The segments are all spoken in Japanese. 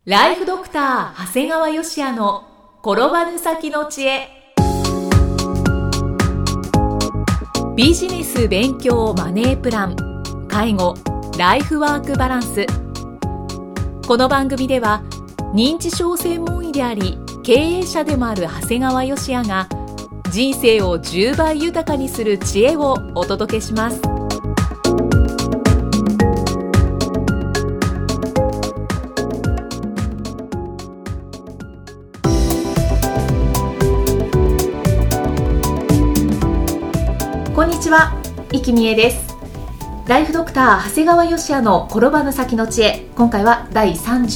ライフドクター長谷川芳也の転ばぬ先の知恵。ビジネス勉強マネープラン、介護、ライフワークバランス。この番組では認知症専門医であり経営者でもある長谷川芳也が人生を10倍豊かにする知恵をお届けします。こんにちは、生きみえです。ライフドクター長谷川芳也の転ばぬ先の知恵、今回は第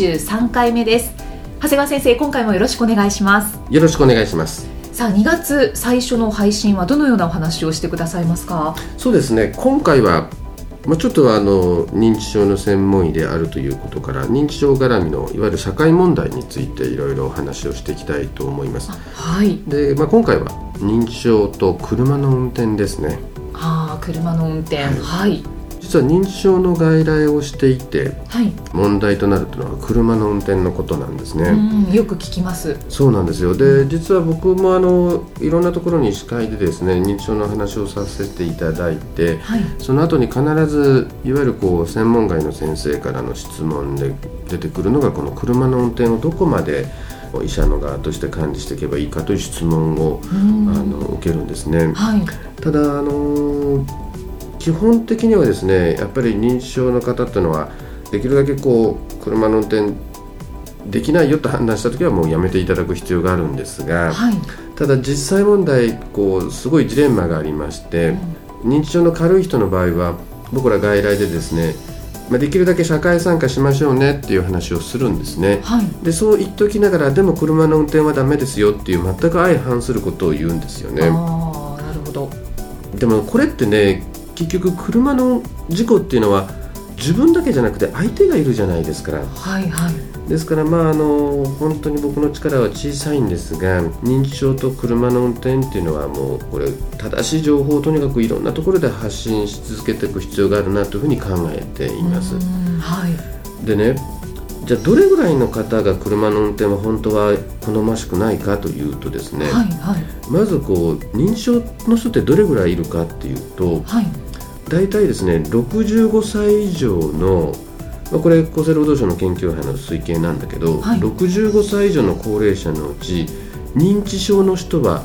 33回目です。長谷川先生、今回もよろしくお願いします。 よろしくお願いします。 さあ、2月最初の配信はどのようなお話をしてくださいますか？ そうですね、今回はちょっと認知症の専門医であるということから、認知症絡みのいわゆる社会問題についていろいろお話をしていきたいと思います。 はい。 で、今回は認知症と車の運転ですね。 車の運転、はい。 実は認知症の外来をしていて、 はい、 問題となるというのは車の運転のことなんですね。 よく聞きます。 そうなんですよ。で、実は僕もいろんなところに司会でですね、認知症の話をさせていただいて、はい、その後に必ずいわゆる専門外の先生からの質問で出てくるのが、この車の運転をどこまで医者の側として管理していけばいいかという質問を受けるんですね。はい、ただ基本的にはですね、やっぱり認知症の方っていうのはできるだけ車の運転できないよと判断したときはもうやめていただく必要があるんですが、はい、ただ実際問題すごいジレンマがありまして、認知症の軽い人の場合は僕ら外来でですね、できるだけ社会参加しましょうねっていう話をするんですね。はい、でそう言っておきながら、でも車の運転はダメですよっていう全く相反することを言うんですよね。 なるほど。でもこれってね、結局車の事故っていうのは自分だけじゃなくて相手がいるじゃないですから。 はいはい。 ですから本当に僕の力は小さいんですが、認知症と車の運転っていうのはもうこれ正しい情報をとにかくいろんなところで発信し続けていく必要があるなというふうに考えています。はい、でね、じゃあどれぐらいの方が車の運転は本当は好ましくないかというとですね、はいはい、まず認知症の人ってどれぐらいいるかっていうと、はい、大体ですね65歳以上の、これ厚生労働省の研究班の推計なんだけど、はい、65歳以上の高齢者のうち認知症の人は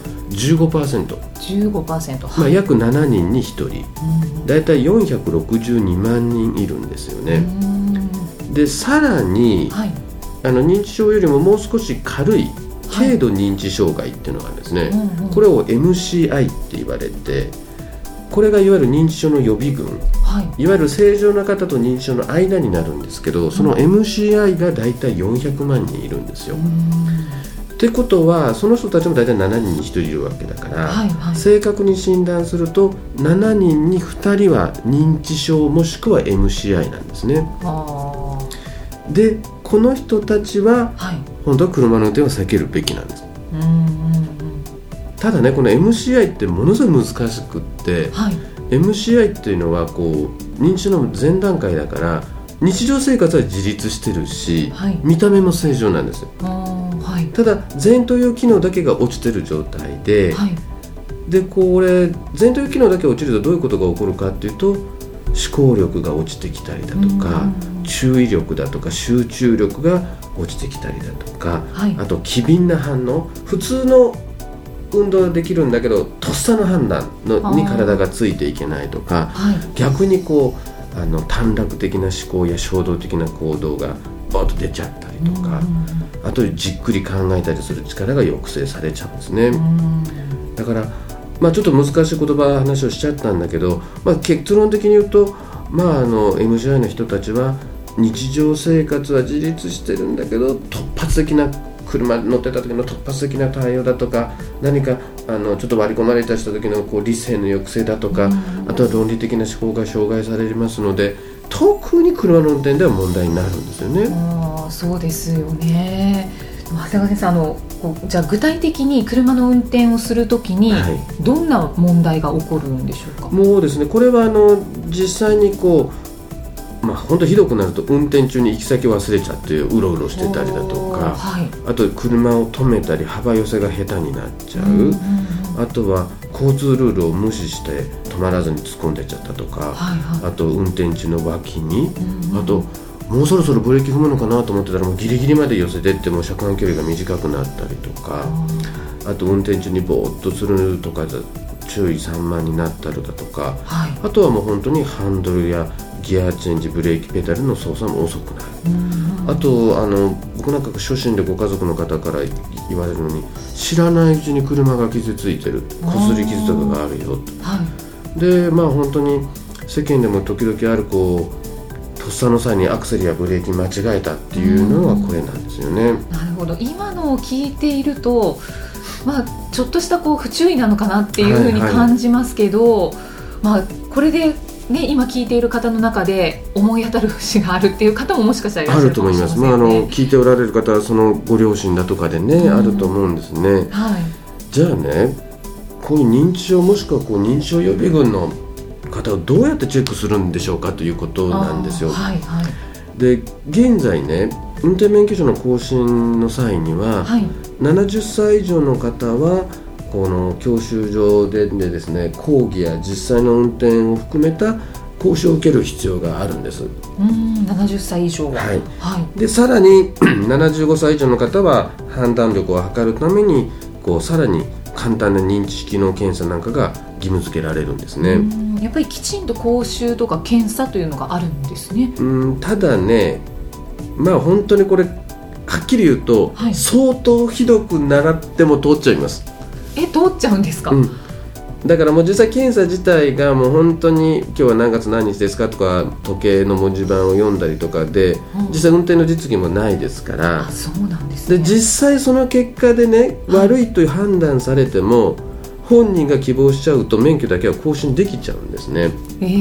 15%、はい、約7人に1人、大体462万人いるんですよね。でさらに、はい、認知症よりももう少し軽い軽度認知障害っていうのがあるんですね。これを MCI って言われて、これがいわゆる認知症の予備軍、はい、いわゆる正常な方と認知症の間になるんですけど、その MCI がだいたい400万人いるんですよ。ってことはその人たちもだいたい7人に1人いるわけだから、はいはい、正確に診断すると7人に2人は認知症もしくは MCI なんですね。でこの人たちは、はい、本当は車の運転は避けるべきなんです。ただね、この MCI ってものすごい難しくって、はい、MCI っていうのは認知症の前段階だから日常生活は自立してるし、はい、見た目も正常なんですよ。はい、ただ前頭葉機能だけが落ちてる状態で、はい、でこれ前頭葉機能だけ落ちるとどういうことが起こるかっていうと、思考力が落ちてきたりだとか、注意力だとか集中力が落ちてきたりだとか、はい、あと機敏な反応、普通の運動できるんだけどとっさの判断に体がついていけないとか、はい、逆に短絡的な思考や衝動的な行動がバーッと出ちゃったりとか、あとじっくり考えたりする力が抑制されちゃうんですね。だからちょっと難しい言葉話をしちゃったんだけど、結論的に言うと、MCI の人たちは日常生活は自立してるんだけど、突発的な車乗ってた時の突発的な対応だとか、何かちょっと割り込まれたした時の理性の抑制だとか、あとは論理的な思考が障害されますので、特に車の運転では問題になるんですよね。 そうですよね。長谷川先生、じゃあ具体的に車の運転をするときにどんな問題が起こるんでしょうか？ もうですね、これは実際に本当ひどくなると運転中に行き先忘れちゃってうろうろしてたりだとか、あと車を止めたり幅寄せが下手になっちゃう、あとは交通ルールを無視して止まらずに突っ込んでっちゃったとか、あと運転中の脇に、あともうそろそろブレーキ踏むのかなと思ってたらもうギリギリまで寄せてっても車間距離が短くなったりとか、あと運転中にぼーっとするとか注意散漫になったりだとか、あとはもう本当にハンドルやギアチェンジブレーキペダルの操作も遅くなる。あと僕なんか初心でご家族の方から言われるのに、知らないうちに車が傷ついてる、こすり傷とかがあるよ、で本当に世間でも時々あるとっさの際にアクセルやブレーキ間違えたっていうのはこれなんですよね。 なるほど。今のを聞いていると、ちょっとした不注意なのかなっていうふうに感じますけど、これで今聞いている方の中で思い当たる節があるっていう方ももしかしたらいらっしゃるかもしれませんね。 あると思います。聞いておられる方はそのご両親だとかでね、あると思うんですね。じゃあね、こういう認知症もしくは認知症予備軍の方をどうやってチェックするんでしょうかということなんですよ。で現在ね、運転免許証の更新の際には、70歳以上の方はこの教習所でですね、講義や実際の運転を含めた講習を受ける必要があるんです。 70歳以上は、 でさらに75歳以上の方は判断力を測るためにさらに簡単な認知機能検査なんかが義務付けられるんですね。 やっぱりきちんと講習とか検査というのがあるんですね。 ただね、本当にこれはっきり言うと、相当ひどく習っても通っちゃいます。 通っちゃうんですか？ だからもう実際検査自体がもう本当に今日は何月何日ですかとか時計の文字盤を読んだりとかで、実際運転の実技もないですから。 そうなんですね。 で実際その結果でね、悪いという判断されても本人が希望しちゃうと免許だけは更新できちゃうんですね。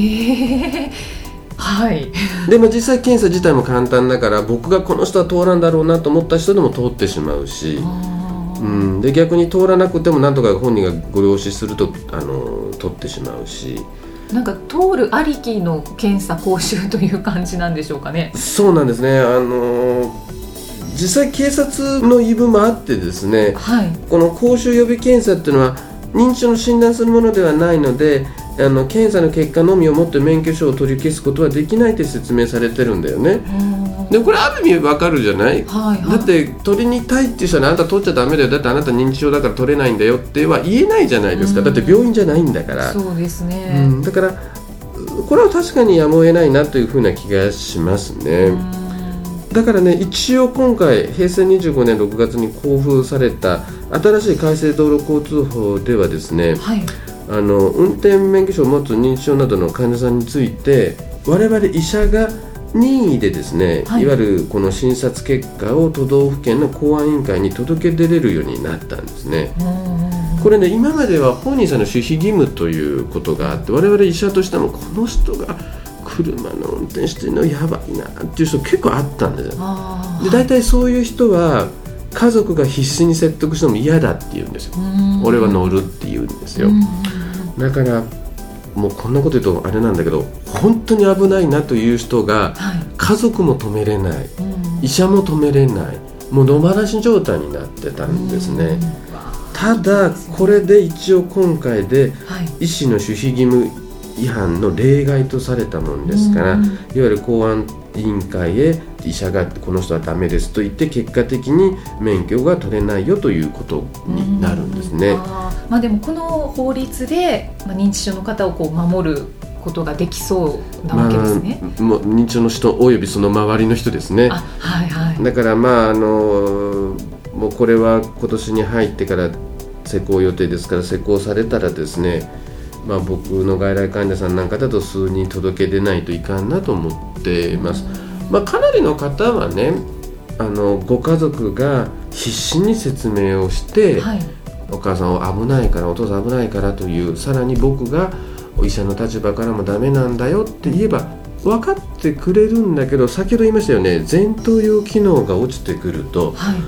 でも実際検査自体も簡単だから、僕がこの人は通らんだろうなと思った人でも通ってしまうし、で逆に通らなくてもなんとか本人がご了承すると通ってしまうし、 なんか通るありきの検査講習という感じなんでしょうかね。 そうなんですね。実際警察の言い分もあってですね、この講習予備検査っていうのは認知症の診断するものではないので、検査の結果のみをもって免許証を取り消すことはできないって説明されてるんだよね。でこれある意味わかるじゃない、だって取りにたいっていう人はあなた取っちゃダメだよ、だってあなた認知症だから取れないんだよっては言えないじゃないですか。だって病院じゃないんだから。 そうですね、 だからこれは確かにやむを得ないなというふうな気がしますね。だからね、一応今回平成25年6月に公布された新しい改正道路交通法ではですね、運転免許証を持つ認知症などの患者さんについて我々医者が任意でですね、いわゆるこの診察結果を都道府県の公安委員会に届け出れるようになったんですね。これね、今までは本人さんの守秘義務ということがあって、我々医者としてもこの人が車の運転してるのやばいなっていう人結構あったんですよ。で大体そういう人は家族が必死に説得しても嫌だって言うんですよ。俺は乗るって言うんですよ。だからもうこんなこと言うとあれなんだけど、本当に危ないなという人が、家族も止めれない、医者も止めれない、もう野放し状態になってたんですね。ただこれで一応今回で医師の守秘義務違反の例外とされたもんですから、いわゆる公安委員会へ医者がこの人はダメですと言って結果的に免許が取れないよということになるんですね。 でもこの法律で、認知症の方を守ることができそうなわけですね。 もう認知症の人およびその周りの人ですね。だからもうこれは今年に入ってから施行予定ですから、施行されたらですね、僕の外来患者さんなんかだと数人届け出ないといかんなと思っています。かなりの方はね、ご家族が必死に説明をして、お母さんは危ないから、お父さん危ないからという、さらに僕が医者の立場からもダメなんだよって言えば分かってくれるんだけど、先ほど言いましたよね、前頭葉機能が落ちてくると、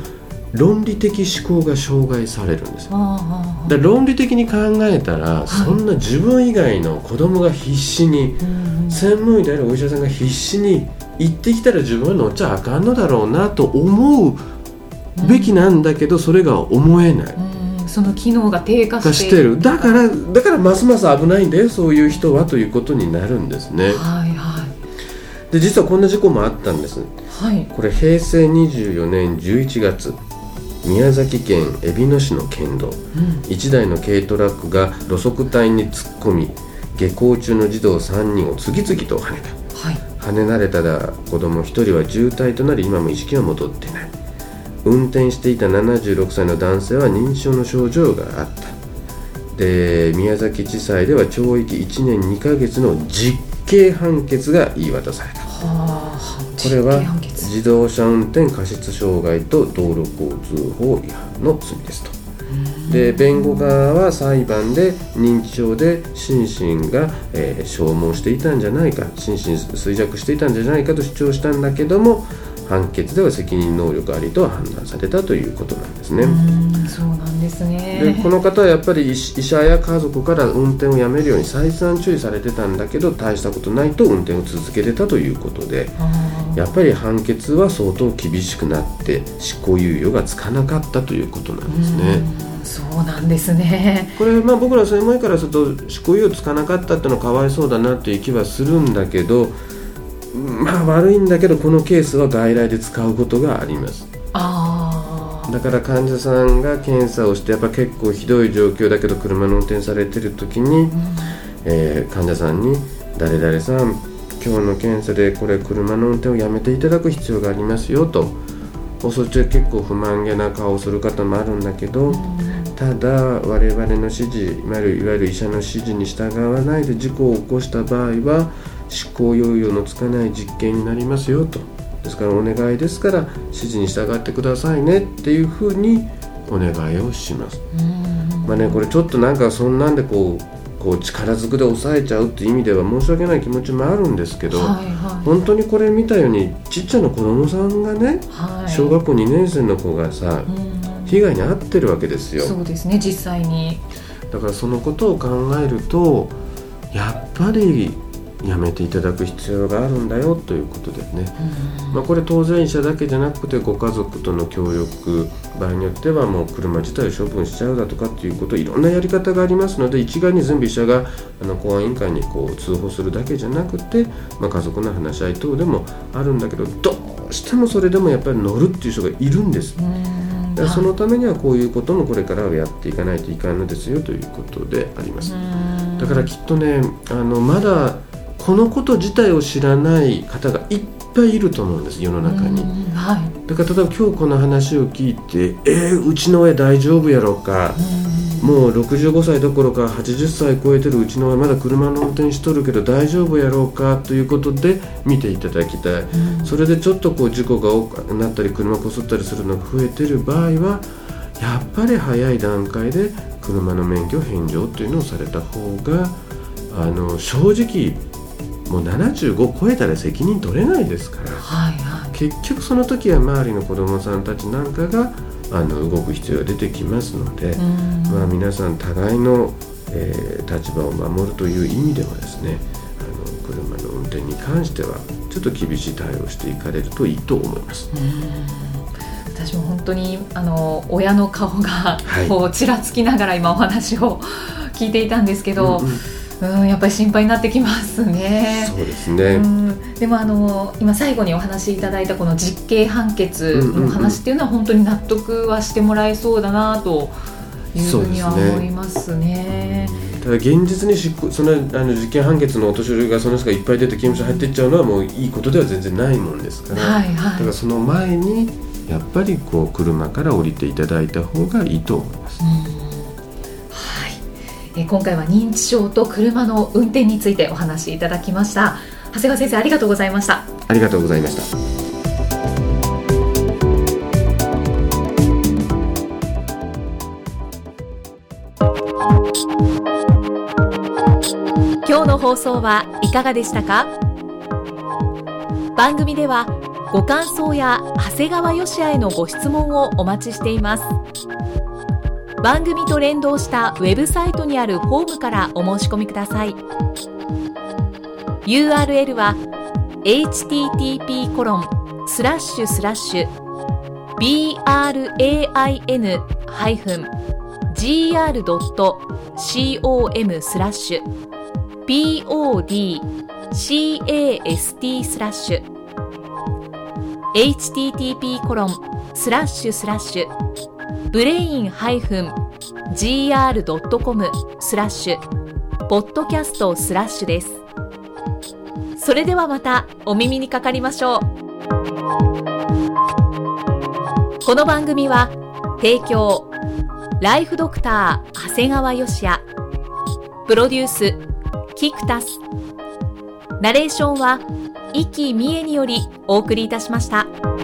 論理的思考が障害されるんです。だ論理的に考えたら、そんな自分以外の子供が必死に、専門医であるお医者さんが必死に行ってきたら自分は乗っちゃあかんのだろうなと思うべきなんだけど、それが思えない、 その機能が低下している。だからますます危ないんだよ、そういう人はということになるんですね。で実はこんな事故もあったんです。これ平成24年11月、宮崎県えびの市の県道、1台の軽トラックが路側帯に突っ込み、下校中の児童3人を次々とはねた。はねられた子供1人は重体となり、今も意識は戻っていない。運転していた76歳の男性は認知症の症状があった。で宮崎地裁では懲役1年2ヶ月の実刑判決が言い渡された。これは自動車運転過失傷害と道路交通法違反の罪ですと。で弁護側は裁判で認知症で心身が、消耗していたんじゃないか、心身衰弱していたんじゃないかと主張したんだけども、判決では責任能力ありと判断されたということなんですね。 そうなんですね。 でこの方はやっぱり医者や家族から運転をやめるように再三注意されてたんだけど、大したことないと運転を続けてたということで、やっぱり判決は相当厳しくなって執行猶予がつかなかったということなんですね。 そうなんですね。 これ、僕ら専門医からすると執行猶予つかなかったっていうのはかわいそうだなという気はするんだけど、悪いんだけどこのケースは外来で使うことがあります。だから患者さんが検査をして、やっぱ結構ひどい状況だけど車の運転されてる時に、患者さんに誰々さん、今日の検査でこれ車の運転をやめていただく必要がありますよと。そっちは結構不満げな顔をする方もあるんだけど、ただ我々の指示、いわゆる医者の指示に従わないで事故を起こした場合は執行猶予のつかない実刑になりますよと。ですからお願いですから指示に従ってくださいねっていうふうにお願いをします。これちょっとなんかそんなんでこう力ずくで抑えちゃうっていう意味では申し訳ない気持ちもあるんですけど、本当にこれ見たようにちっちゃな子供さんがね、小学校2年生の子がさ、被害に遭ってるわけですよ。 そうですね、実際に。 だからそのことを考えるとやっぱりやめていただく必要があるんだよということですね。これ当然医者だけじゃなくてご家族との協力、場合によってはもう車自体を処分しちゃうだとかっていうこと、いろんなやり方がありますので、一概に全部医者が公安委員会に通報するだけじゃなくて、家族の話し合い等でもあるんだけど、どうしてもそれでもやっぱり乗るっていう人がいるんです。そのためにはこういうこともこれからはやっていかないといかんのですよということであります。だからきっとね、まだこのこと自体を知らない方がいっぱいいると思うんです、世の中に。だから例えば今日この話を聞いて、うちの親大丈夫やろうか、もう65歳どころか80歳超えてるうちの親まだ車の運転しとるけど大丈夫やろうかということで見ていただきたい。それでちょっと事故が多くなったり車こすったりするのが増えてる場合は、やっぱり早い段階で車の免許返上というのをされた方が正直もう75超えたら責任取れないですから、結局その時は周りの子どもさんたちなんかが動く必要が出てきますので、皆さん互いの、立場を守るという意味ではですね、車の運転に関してはちょっと厳しい対応をしていかれるといいと思います。 私も本当に親の顔がこうちらつきながら今お話を聞いていたんですけど、やっぱり心配になってきますね。 そうですね。 でも今最後にお話しいただいたこの実刑判決の話っていうのは本当に納得はしてもらえそうだなというふうには思いますね。 ただ現実にその実刑判決のお年寄りがその人がいっぱい出て刑務所入っていっちゃうのはもういいことでは全然ないもんですから、だからその前にやっぱり車から降りていただいた方がいいと思います。 今回は認知症と車の運転についてお話しいただきました。長谷川先生、ありがとうございました。 ありがとうございました。 今日の放送はいかがでしたか？番組ではご感想や長谷川芳也へのご質問をお待ちしています。番組と連動したウェブサイトにあるフォームからお申し込みください。 URL は brain-brain-brain.com/podcast/podcast です。それではまたお耳にかかりましょう。この番組は提供ライフドクター長谷川芳也、プロデュースキクタス、ナレーションは生きみえによりお送りいたしました。